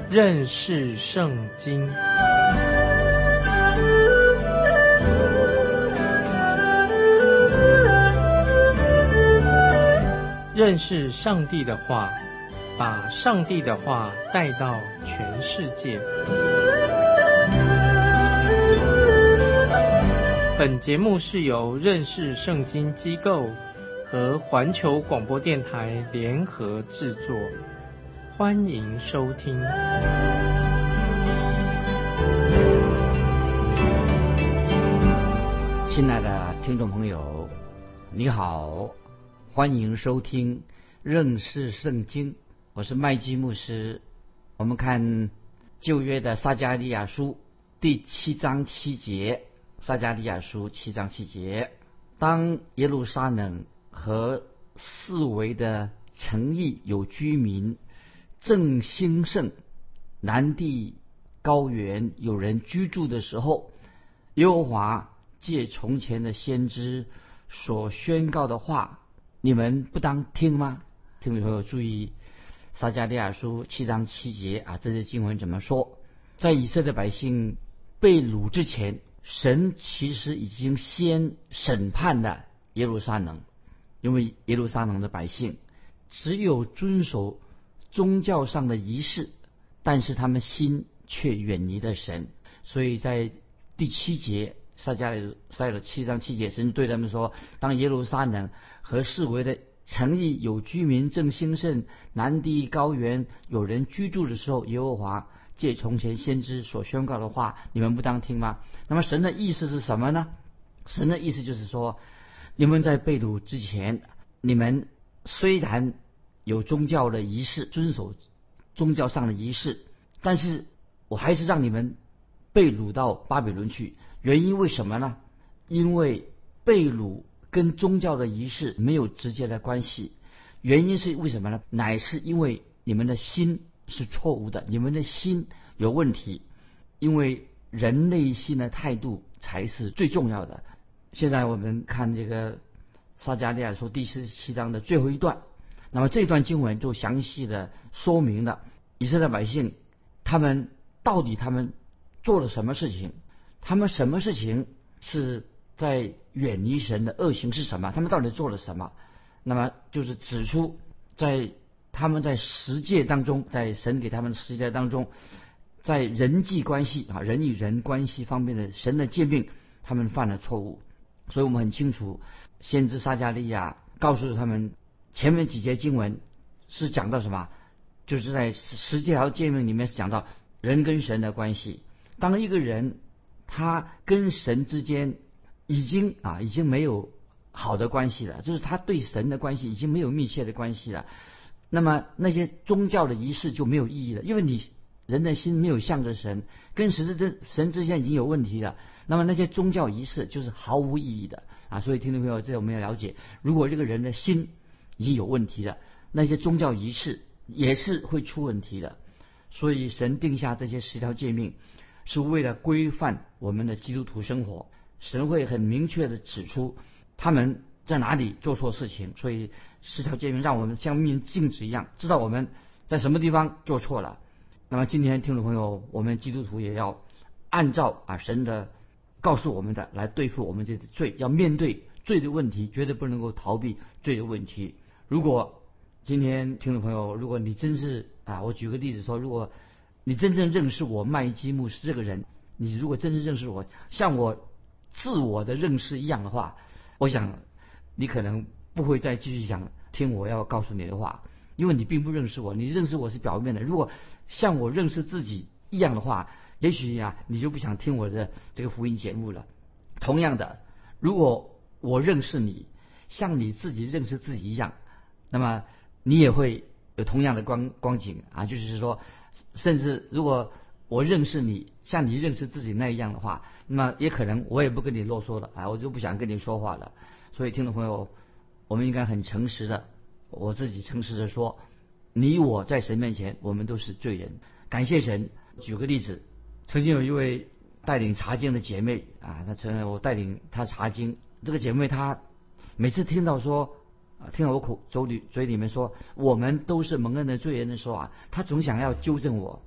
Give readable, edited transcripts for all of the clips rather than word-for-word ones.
认识圣经。认识上帝的话，把上帝的话带到全世界。本节目是由认识圣经机构和环球广播电台联合制作，欢迎收听。 亲爱的听众朋友，你好，欢迎收听认识圣经，我是麦基牧师。我们看旧约的撒迦利亚书第7章7节，撒迦利亚书7章7节，当耶路撒冷和四围的城邑有居民，正兴盛，南地高原有人居住的时候，耶和华借从前的先知所宣告的话，你们不当听吗？听众朋友注意，撒迦利亚书7章7节这些经文怎么说？在以色列百姓被掳之前，神其实已经先审判了耶路撒冷，因为耶路撒冷的百姓只有遵守宗教上的仪式，但是他们心却远离了神。所以在第7节，撒迦利亚7章7节，神对他们说，当耶路撒冷和四围的城邑有居民，正兴盛，南地高原有人居住的时候，耶和华借从前先知所宣告的话，你们不当听吗？那么神的意思是什么呢？神的意思就是说，你们在被掳之前，你们虽然有宗教的仪式，遵守宗教上的仪式，但是我还是让你们被掳到巴比伦去。原因为什么呢？因为被掳跟宗教的仪式没有直接的关系。原因是为什么呢？乃是因为你们的心是错误的，你们的心有问题。因为人内心的态度才是最重要的。现在我们看这个撒迦利亚书第17章的最后一段，那么这段经文就详细的说明了以色列百姓他们做了什么事情，他们什么事情是在远离神的恶行是什么，他们到底做了什么。那么就是指出他们在十诫当中，在神给他们的十诫当中，在人际关系人与人关系方面的神的诫命，他们犯了错误。所以我们很清楚，先知撒迦利亚告诉他们，前面几节经文是讲到什么，就是在十诫条诫命里面讲到人跟神的关系。当一个人他跟神之间已经没有好的关系了，就是他对神的关系已经没有密切的关系了，那么那些宗教的仪式就没有意义了，因为你人的心没有向着神，跟神之间已经有问题了，那么那些宗教仪式就是毫无意义的所以听众朋友，这我们要了解，如果这个人的心已经有问题了，那些宗教仪式也是会出问题的。所以神定下这些10条诫命是为了规范我们的基督徒生活，神会很明确的指出他们在哪里做错事情，所以10条诫命让我们像面镜子一样，知道我们在什么地方做错了。那么今天听众朋友，我们基督徒也要按照神的告诉我们的来对付我们这罪，要面对罪的问题，绝对不能够逃避罪的问题。如果今天听众朋友，如果你真是我举个例子说，如果你真正认识我麦基牧师这个人，你如果真正认识我，像我自我的认识一样的话，我想你可能不会再继续想听我要告诉你的话，因为你并不认识我，你认识我是表面的。如果像我认识自己一样的话，也许你就不想听我的这个福音节目了。同样的，如果我认识你像你自己认识自己一样，那么你也会有同样的光景就是说，甚至如果我认识你像你认识自己那样的话，那么也可能我也不跟你啰嗦了我就不想跟你说话了。所以听众朋友，我们应该很诚实的，我自己诚实的说，你我在神面前我们都是罪人。感谢神。举个例子，曾经有一位带领查经的姐妹我带领她查经，这个姐妹她每次听到我嘴里面说我们都是蒙恩的罪人的时候她总想要纠正我，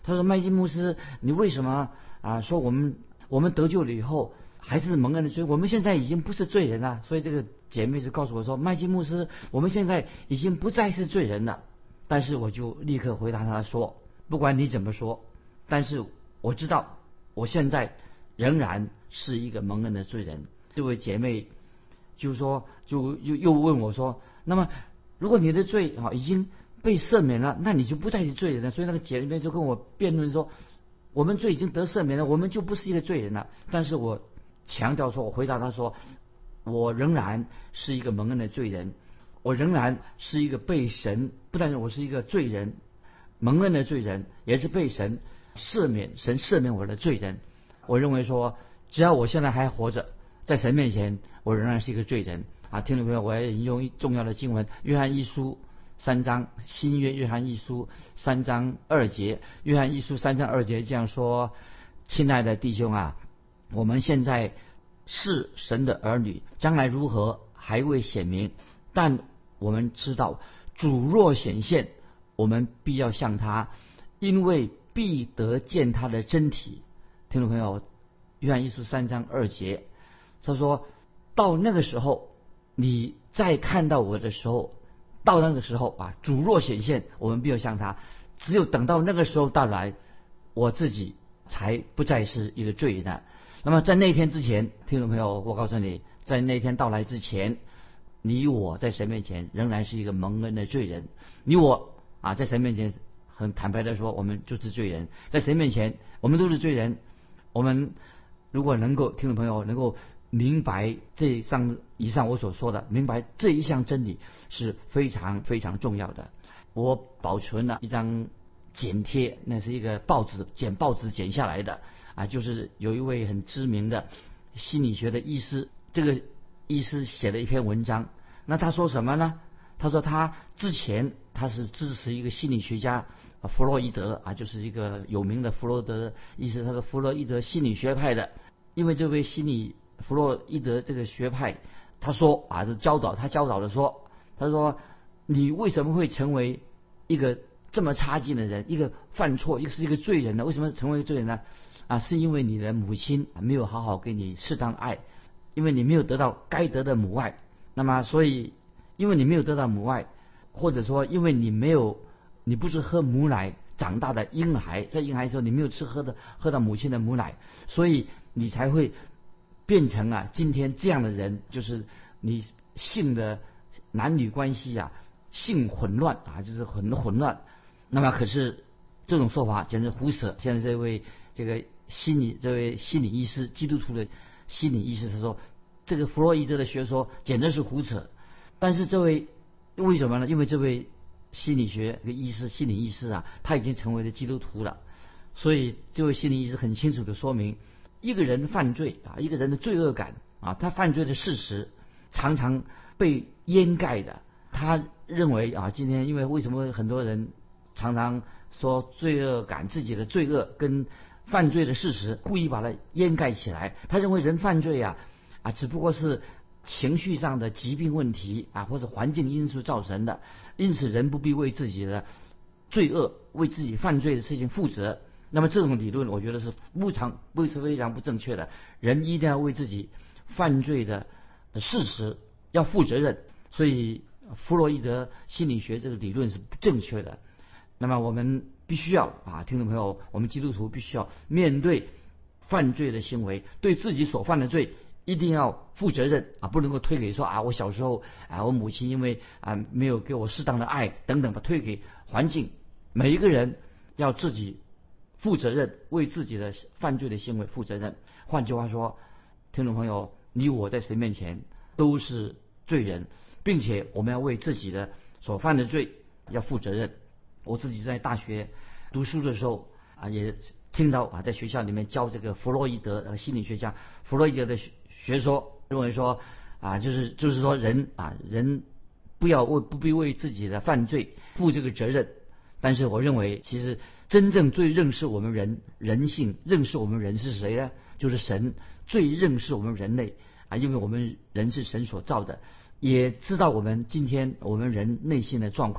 他说麦基牧师，你为什么说我们得救了以后还是蒙恩的罪？我们现在已经不是罪人了。所以这个姐妹就告诉我说，麦基牧师，我们现在已经不再是罪人了。但是我就立刻回答他说，不管你怎么说，但是我知道我现在仍然是一个蒙恩的罪人。这位姐妹就说，又问我说，那么如果你的罪已经被赦免了，那你就不再是罪人了。所以那个姐妹就跟我辩论说，我们罪已经得赦免了，我们就不是一个罪人了。但是我强调说，我回答她说，我仍然是一个蒙恩的罪人，我仍然是一个被神，不但是我是一个罪人，蒙恩的罪人，也是被神赦免我的罪人。我认为说，只要我现在还活着，在神面前我仍然是一个罪人听众朋友，我要引用重要的经文，约翰一书3章，新约约翰一书3章2节，约翰一书3章2节这样说，亲爱的弟兄我们现在是神的儿女，将来如何还未显明，但我们知道主若显现，我们必要向他，因为必得见他的真体。听众朋友，约翰一书3章2节，他说到那个时候，你再看到我的时候，到那个时候主若显现，我们必要向他。只有等到那个时候到来，我自己才不再是一个罪人了。那么在那天之前，听众朋友，我告诉你，在那天到来之前，你我在神面前仍然是一个蒙恩的罪人。你我在神面前很坦白的说，我们就是罪人，在神面前我们都是罪人。我们如果能够，听众朋友能够明白以上我所说的，明白这一项真理是非常非常重要的。我保存了一张剪贴，那是一个报纸剪下来的就是有一位很知名的心理学的医师，这个医师写了一篇文章。那他说什么呢？他说他之前他是支持一个心理学家弗洛伊德就是一个有名的弗洛伊德医师，他是弗洛伊德心理学派的。因为这位弗洛伊德这个学派，他说他教导的说，他说你为什么会成为一个这么差劲的人，一个犯错，是一个罪人呢？为什么成为罪人呢？是因为你的母亲没有好好给你适当的爱，因为你没有得到该得的母爱。那么所以因为你没有得到母爱，或者说因为你不是喝母奶长大的婴孩，在婴孩的时候你没有喝到母亲的母奶，所以你才会变成今天这样的人，就是你性的男女关系性混乱就是很混乱。那么可是这种说法简直胡扯。现在这位心理医师，基督徒的心理医师，他说这个弗洛伊德的学说简直是胡扯。但是为什么呢？因为这位心理医师他已经成为了基督徒了，所以这位心理医师很清楚的说明，一个人犯罪一个人的罪恶感他犯罪的事实常常被掩盖的。他认为今天因为为什么很多人常常说罪恶感，自己的罪恶跟犯罪的事实故意把它掩盖起来。他认为人犯罪只不过是情绪上的疾病问题或者环境因素造成的，因此人不必为自己的罪恶，为自己犯罪的事情负责。那么这种理论我觉得是非常不正确的。人一定要为自己犯罪的事实要负责任。所以弗洛伊德心理学这个理论是不正确的。那么我们必须要听众朋友，我们基督徒必须要面对犯罪的行为，对自己所犯的罪一定要负责任不能够推给说我小时候我母亲因为没有给我适当的爱等等，把推给环境。每一个人要自己负责任，为自己的犯罪的行为负责任。换句话说，听众朋友，你我在神面前都是罪人，并且我们要为自己的所犯的罪要负责任。我自己在大学读书的时候也听到在学校里面教这个弗洛伊德心理学家弗洛伊德的学说，认为说就是说人不必为自己的犯罪负这个责任。但是我认为其实真正最认识我们人性，认识我们人是谁呢？就是神最认识我们人类因为我们人是神所造的，也知道我们今天我们人内心的状况。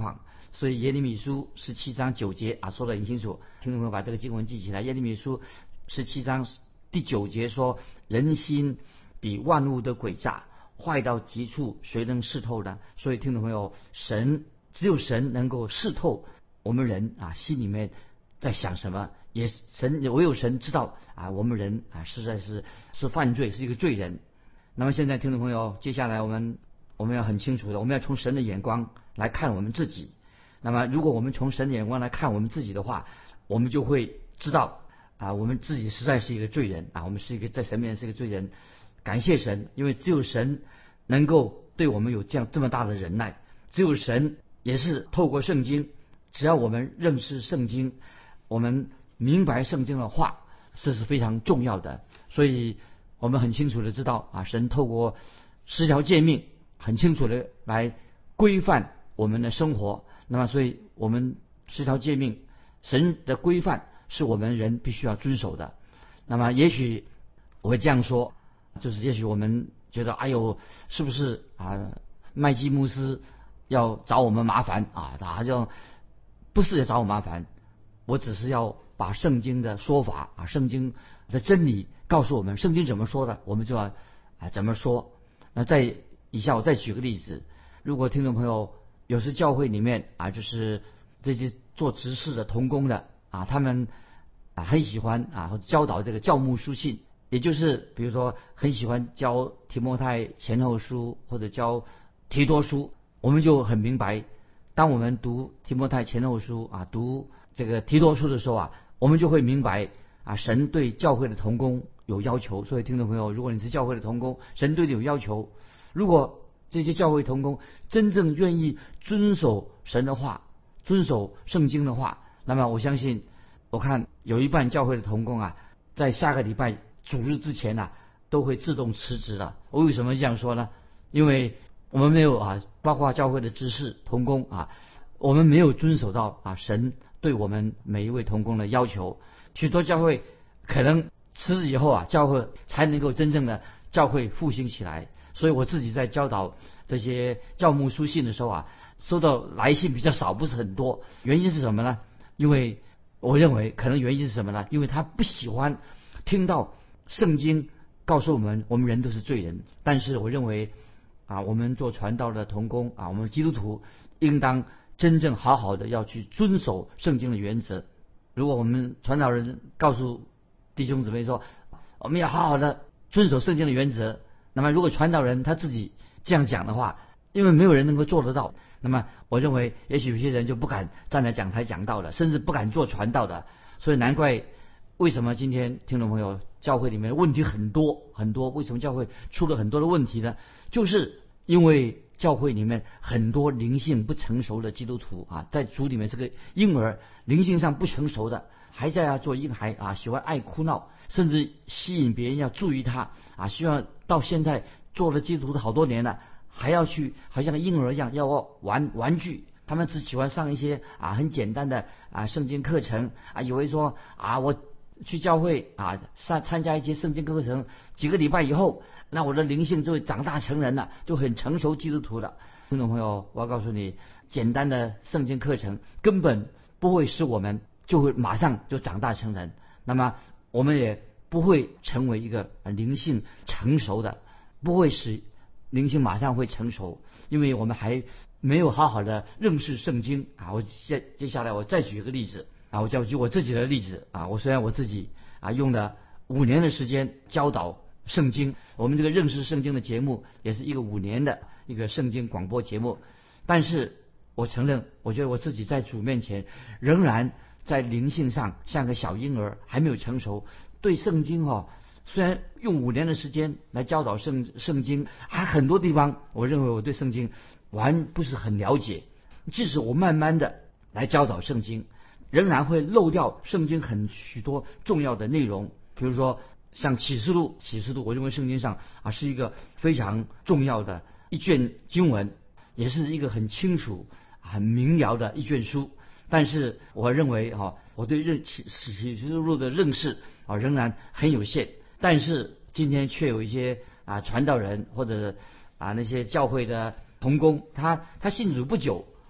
所以耶利米书17章9节说得很清楚，听众朋友把这个经文记起来。耶利米书17章第9节说：人心比万物的诡诈，坏到极处，谁能识透呢？所以听众朋友，只有神能够识透我们人心里面在想什么，唯有神知道我们人实在是犯罪，是一个罪人。那么现在听众朋友，接下来我们要很清楚的，我们要从神的眼光来看我们自己。那么如果我们从神的眼光来看我们自己的话，我们就会知道我们自己实在是一个罪人我们是一个在神面前是一个罪人。感谢神，因为只有神能够对我们有这么大的忍耐，只有神也是透过圣经，只要我们认识圣经，我们明白圣经的话，这是非常重要的。所以我们很清楚的知道神透过10条诫命很清楚的来规范我们的生活。那么所以我们10条诫命，神的规范是我们人必须要遵守的。那么也许我会这样说，就是也许我们觉得是不是麦基牧师要找我们麻烦他就不是要找我麻烦，我只是要把圣经的说法圣经的真理告诉我们，圣经怎么说的我们就要怎么说。那以下我再举个例子，如果听众朋友有时教会里面就是这些做执事的同工的他们很喜欢教导这个教牧书信，也就是比如说很喜欢教提摩太前后书或者教提多书，我们就很明白，当我们读提摩太前后书读这个提多书的时候我们就会明白神对教会的同工有要求。所以听众朋友，如果你是教会的同工，神对你有要求，如果这些教会同工真正愿意遵守神的话，遵守圣经的话，那么我相信，我看有一半教会的同工在下个礼拜主日之前都会自动辞职了。我为什么这样说呢？因为我们没有包括教会的执事同工我们没有遵守到神对我们每一位同工的要求。许多教会可能辞职以后教会才能够真正的教会复兴起来。所以我自己在教导这些教牧书信的时候收到来信比较少，不是很多。原因是什么呢？因为我认为可能原因是什么呢？因为他不喜欢听到圣经告诉我们人都是罪人。但是我认为我们做传道的同工我们基督徒应当真正好好的要去遵守圣经的原则。如果我们传道人告诉弟兄姊妹说我们要好好的遵守圣经的原则，那么如果传道人他自己这样讲的话，因为没有人能够做得到，那么我认为也许有些人就不敢站在讲台讲道了，甚至不敢做传道的。所以难怪为什么今天听众朋友教会里面问题很多很多，为什么教会出了很多的问题呢？就是因为教会里面很多灵性不成熟的基督徒在主里面是个婴儿，灵性上不成熟的，还在做婴孩喜欢爱哭闹，甚至吸引别人要注意他希望到现在做了基督徒的好多年了，还要去好像婴儿一样要玩具。他们只喜欢上一些很简单的圣经课程以为说我去教会参加一些圣经课程，几个礼拜以后，那我的灵性就会长大成人了，就很成熟基督徒了。听众朋友，我要告诉你，简单的圣经课程根本不会使我们就会马上就长大成人，那么我们也不会成为一个灵性成熟的，不会使灵性马上会成熟，因为我们还没有好好的认识圣经我接下来我再举一个例子我就举我自己的例子我虽然我自己用了5年的时间教导圣经，我们这个认识圣经的节目也是一个5年的一个圣经广播节目，但是我承认，我觉得我自己在主面前仍然在灵性上像个小婴儿，还没有成熟。对圣经虽然用5年的时间来教导圣经，还很多地方我认为我对圣经还不是很了解。即使我慢慢的来教导圣经，仍然会漏掉圣经许多重要的内容。比如说像启示录，我认为圣经上是一个非常重要的一卷经文，也是一个很清楚很明了的一卷书。但是我认为我对启示录的认识仍然很有限。但是今天却有一些传道人或者那些教会的同工，他信主不久，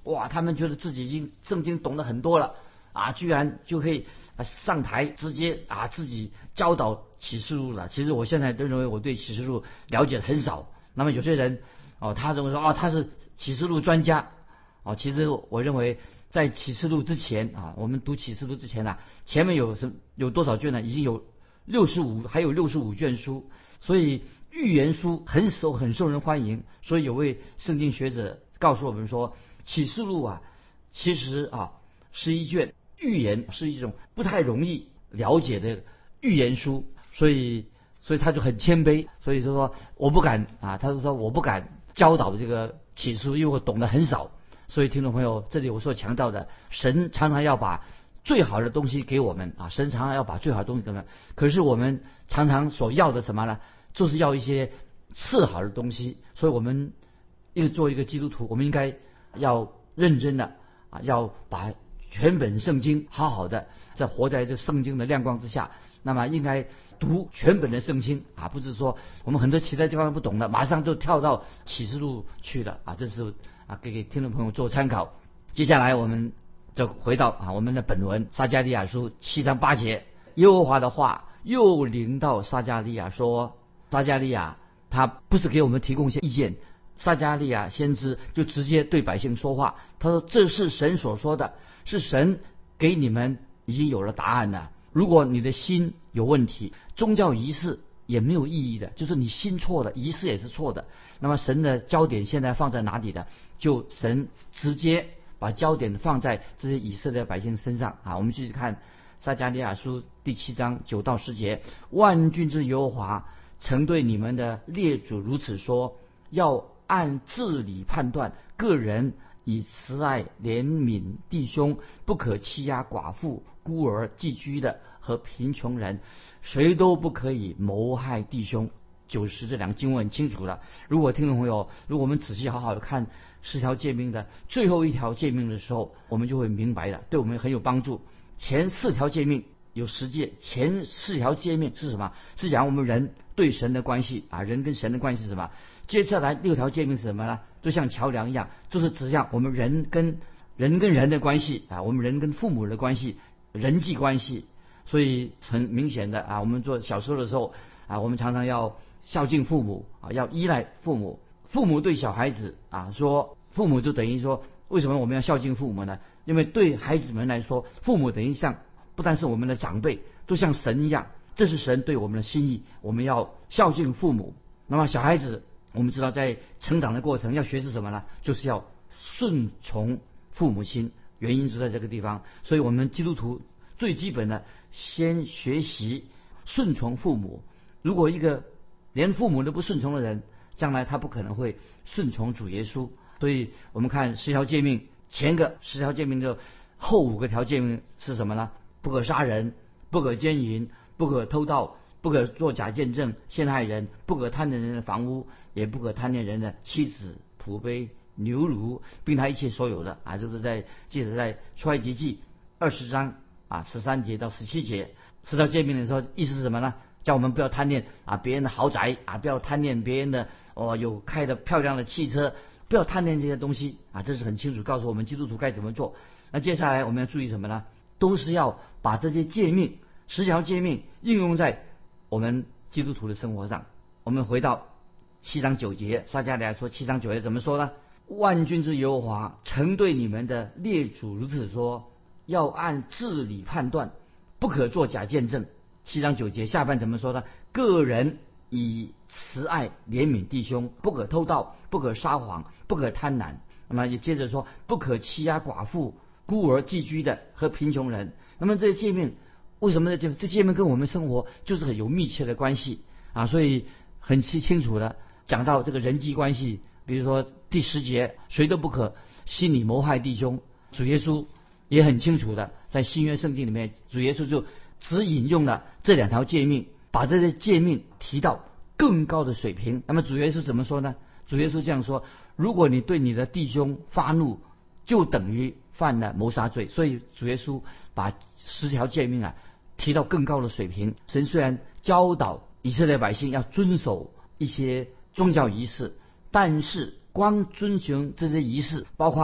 哇，他们觉得自己已经圣经懂得很多了啊，居然就可以上台直接自己教导启示录了。其实我现在都认为我对启示录了解很少。那么有些人他认为说他是启示录专家其实我认为在启示录之前我们读启示录之前前面有多少卷呢？已经有还有65卷书，所以预言书很受人欢迎。所以有位圣经学者告诉我们说，启示录其实是一卷预言，是一种不太容易了解的预言书，所以他就很谦卑，所以说我不敢他就说我不敢教导这个启示录，因为我懂得很少。所以听众朋友，这里我所强调的，神常常要把最好的东西给我们神常常要把最好的东西给我们。可是我们常常所要的什么呢？就是要一些次好的东西。所以我们做一个基督徒，我们应该要认真的要把全本圣经好好的活在这圣经的亮光之下。那么应该读全本的圣经不是说我们很多其他地方不懂的，马上就跳到启示录去了这是给听众朋友做参考。接下来我们就回到我们的本文，撒迦利亚书7章8节，耶和华的话又临到撒迦利亚说，撒迦利亚他不是给我们提供一些意见，撒迦利亚先知就直接对百姓说话，他说这是神所说的，是神给你们已经有了答案了。如果你的心有问题，宗教仪式也没有意义的，就是你心错了，仪式也是错的。那么神的焦点现在放在哪里的？就神直接把焦点放在这些以色列百姓身上我们继续看撒迦利亚书第7章9到10节，万军之耶和华曾对你们的列祖如此说，要按治理判断，个人以慈爱怜悯弟兄，不可欺压寡妇、孤儿、寄居的和贫穷人，谁都不可以谋害弟兄。90这两个经文很清楚了。如果听众朋友，如果我们仔细好好的看10条诫命的最后一条诫命的时候，我们就会明白的，对我们很有帮助。前4条诫命有10诫，前4条诫命是什么？是讲我们人对神的关系人跟神的关系是什么？接下来6条诫命是什么呢？就像桥梁一样，就是指向我们人跟人的关系我们人跟父母的关系，人际关系。所以很明显的我们做小时候的时候我们常常要孝敬父母要依赖父母。父母对小孩子说，父母就等于说，为什么我们要孝敬父母呢？因为对孩子们来说，父母等于不但是我们的长辈，都像神一样，这是神对我们的心意，我们要孝敬父母。那么小孩子我们知道在成长的过程要学是什么呢？就是要顺从父母亲，原因就在这个地方。所以我们基督徒最基本的先学习顺从父母。如果一个连父母都不顺从的人，将来他不可能会顺从主耶稣。所以我们看10条诫命，前个10条诫命的后5个条诫命是什么呢？不可杀人，不可奸淫，不可偷盗，不可作假见证陷害人，不可贪恋人的房屋，也不可贪恋人的妻子、仆婢、牛犊，并他一切所有的这是记载在出埃及记20章13节到17节。10条诫命的时候意思是什么呢？叫我们不要贪恋别人的豪宅不要贪恋别人的有开的漂亮的汽车，不要贪恋这些东西这是很清楚告诉我们基督徒该怎么做。那接下来我们要注意什么呢？都是要把这些诫命10条诫命应用在我们基督徒的生活上。我们回到7章9节，撒迦利亚说7章9节怎么说呢？万军之耶和华曾对你们的列祖如此说，要按治理判断，不可作假见证。7章9节下半怎么说呢？个人以慈爱怜悯弟兄，不可偷盗，不可撒谎，不可贪婪。那么也接着说，不可欺压寡妇、孤儿、寄居的和贫穷人。那么这些诫命为什么这诫命跟我们生活就是很有密切的关系所以很清楚的讲到这个人际关系。比如说第10节，谁都不可心里谋害弟兄。主耶稣也很清楚的在新约圣经里面，主耶稣就只引用了这2条诫命，把这些诫命提到更高的水平。那么主耶稣怎么说呢？主耶稣这样说，如果你对你的弟兄发怒，就等于犯了谋杀罪。所以主耶稣把10条诫命提到更高的水平。神虽然教导以色列百姓要遵守一些宗教仪式，但是光遵循这些仪式，包括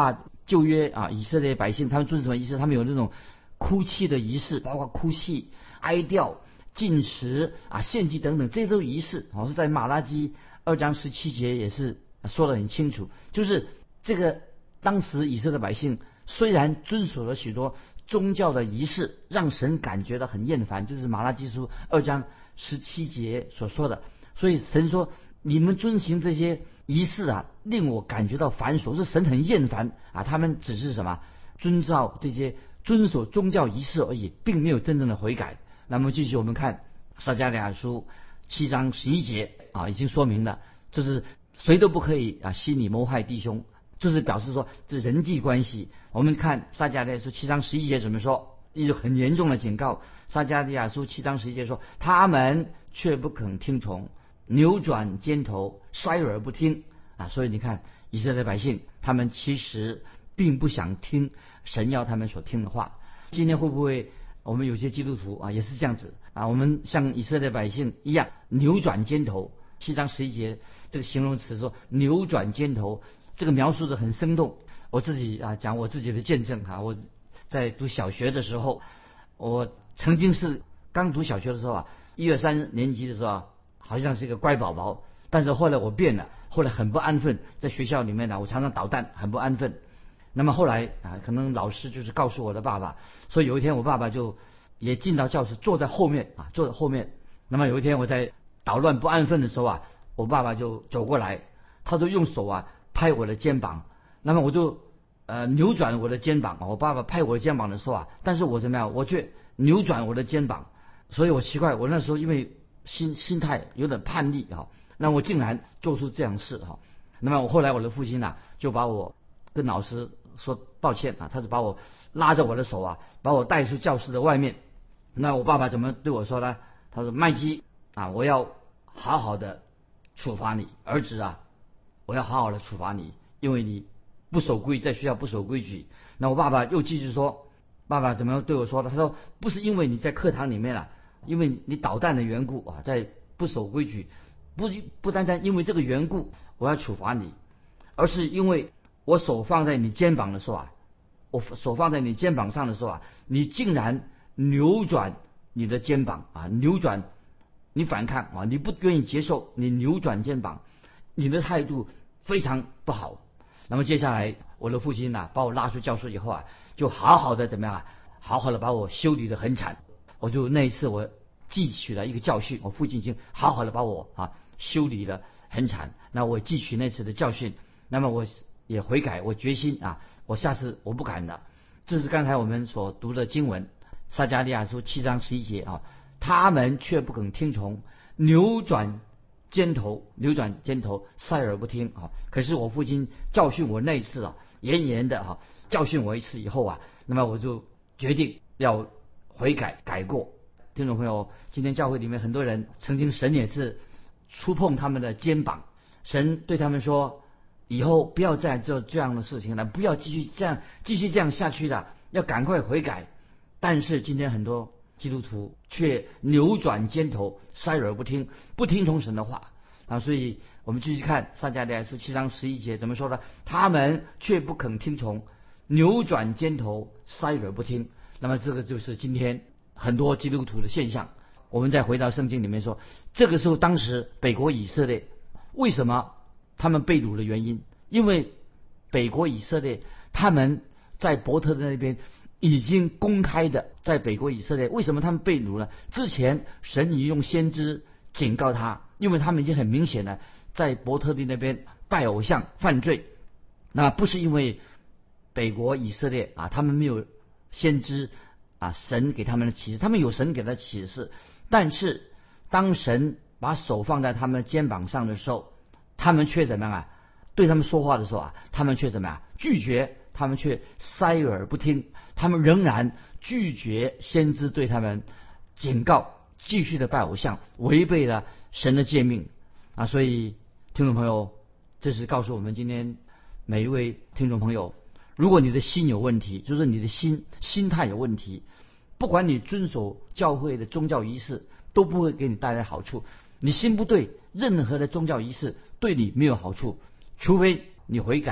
旧约啊，以色列百姓他们遵守仪式，他们有那种哭泣的仪式，包括哭泣、哀悼、禁食啊、献祭等等，这些都是仪式。是在马拉基2章17节也是说得很清楚，就是这个当时以色列百姓虽然遵守了许多宗教的仪式，让神感觉到很厌烦，就是马拉基书2章17节所说的。所以神说，你们遵行这些仪式啊，令我感觉到繁琐，是神很厌烦啊。他们只是什么遵守宗教仪式而已，并没有真正的悔改。那么继续我们看撒迦利亚书7章11节啊，已经说明了，这是谁都不可以啊心里谋害弟兄，就是表示说这人际关系。我们看撒迦利亚书7章11节怎么说，一个很严重的警告。撒迦利亚书7章11节说，他们却不肯听从，扭转肩头，塞耳不听啊。所以你看以色列百姓，他们其实并不想听神要他们所听的话。今天会不会我们有些基督徒啊也是这样子啊？我们像以色列百姓一样扭转肩头。7章11节这个形容词说扭转肩头，这个描述的很生动。我自己啊讲我自己的见证哈，我在读小学的时候，我曾经是刚读小学的时候啊，1、2、3年级的时候啊，好像是一个乖宝宝，但是后来我变了，后来很不安分，在学校里面呢，我常常捣蛋，很不安分。那么后来啊，可能老师就是告诉我的爸爸，所以有一天我爸爸就也进到教室，坐在后面。那么有一天我在捣乱不安分的时候啊，我爸爸就走过来，他就用手啊拍我的肩膀。那么我就扭转我的肩膀。我爸爸拍我的肩膀的时候啊，但是我怎么样？我却扭转我的肩膀。所以我奇怪，我那时候因为心态有点叛逆啊，那我竟然做出这样的事哈。那么后来我的父亲啊，就把我跟老师说抱歉啊，他就把我拉着我的手啊，把我带出教室的外面。那我爸爸怎么对我说呢？他说：“麦基啊，我要好好的处罚你，儿子啊，我要好好的处罚你，因为你不守规，在学校不守规矩。”那我爸爸又继续说，爸爸怎么对我说的？他说：“不是因为你在课堂里面因为你捣蛋的缘故啊，在不守规矩，不单单因为这个缘故我要处罚你，而是因为我手放在你肩膀的时候啊，我手放在你肩膀上的时候啊，你竟然扭转你的肩膀啊，扭转，你反抗啊，你不愿意接受，你扭转肩膀，你的态度非常不好。”那么接下来我的父亲把我拉出教室以后啊，就好好的怎么样啊，好好的把我修理得很惨。我就那一次我汲取了一个教训，我父亲已经好好的把我修理得很惨。那我汲取那次的教训，那么我也悔改，我决心我下次我不敢了。这是刚才我们所读的经文，撒迦利亚书7章11节啊，他们却不肯听从，扭转肩头，塞耳不听啊。可是我父亲教训我那一次严严的教训我一次以后那么我就决定要悔改改过。听众朋友，今天教会里面很多人曾经神也是触碰他们的肩膀，神对他们说，以后不要再做这样的事情了，不要继续这样下去了，要赶快悔改。但是今天很多基督徒却扭转肩头，塞耳不听，不听从神的话所以我们继续看撒迦利亚书7章11节怎么说呢？他们却不肯听从，扭转肩头，塞耳不听。那么这个就是今天很多基督徒的现象。我们再回到圣经里面说，这个时候当时北国以色列为什么他们被掳的原因，因为北国以色列他们在伯特的那边已经公开的，在北国以色列为什么他们被掳呢？之前神已用先知警告他，因为他们已经很明显的在伯特利那边拜偶像犯罪。那不是因为北国以色列他们没有先知神给他们的启示，他们有神给的启示，但是当神把手放在他们肩膀上的时候，他们却怎么样对他们说话的时候他们却怎么样拒绝，他们却塞耳不听，他们仍然拒绝先知对他们警告，继续的拜偶像，违背了神的诫命所以听众朋友，这是告诉我们今天每一位听众朋友，如果你的心有问题，就是你的心态有问题，不管你遵守教会的宗教仪式都不会给你带来好处。你心不对，任何的宗教仪式对你没有好处，除非你悔改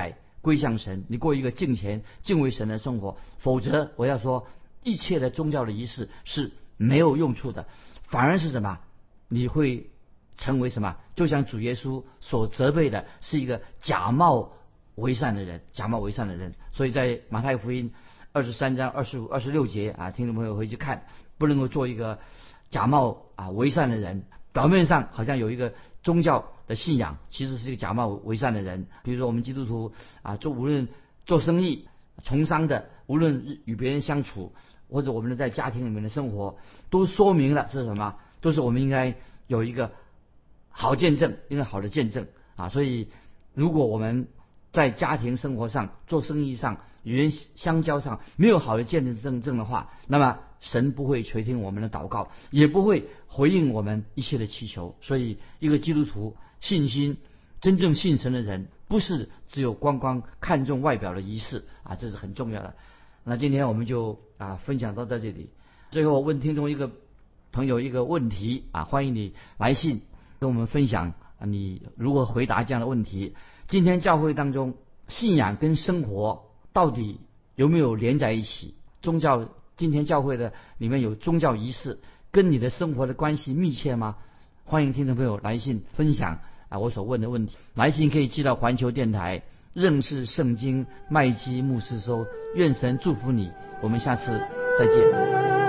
归向神，你过一个敬虔敬畏神的生活。否则我要说，一切的宗教的仪式是没有用处的，反而是什么？你会成为什么？就像主耶稣所责备的，是一个假冒为善的人，假冒为善的人。所以在马太福音23章25、26节啊，听众朋友回去看，不能够做一个假冒为善的人。表面上好像有一个宗教的信仰，其实是一个假冒为善的人。比如说我们基督徒无论做生意、从商的，无论与别人相处，或者我们在家庭里面的生活，都说明了是什么？都是我们应该有一个好见证，一个好的见证所以如果我们在家庭生活上、做生意上、与人相交上没有好的见证的话，那么神不会垂听我们的祷告，也不会回应我们一切的祈求。所以一个基督徒信心真正信神的人，不是只有光光看重外表的仪式这是很重要的。那今天我们就分享到这里。最后我问听众一个朋友一个问题欢迎你来信跟我们分享你如何回答这样的问题。今天教会当中信仰跟生活到底有没有连在一起？今天教会的里面有宗教仪式，跟你的生活的关系密切吗？欢迎听众朋友来信分享我所问的问题。来信可以寄到环球电台认识圣经麦基牧师收。愿神祝福你，我们下次再见。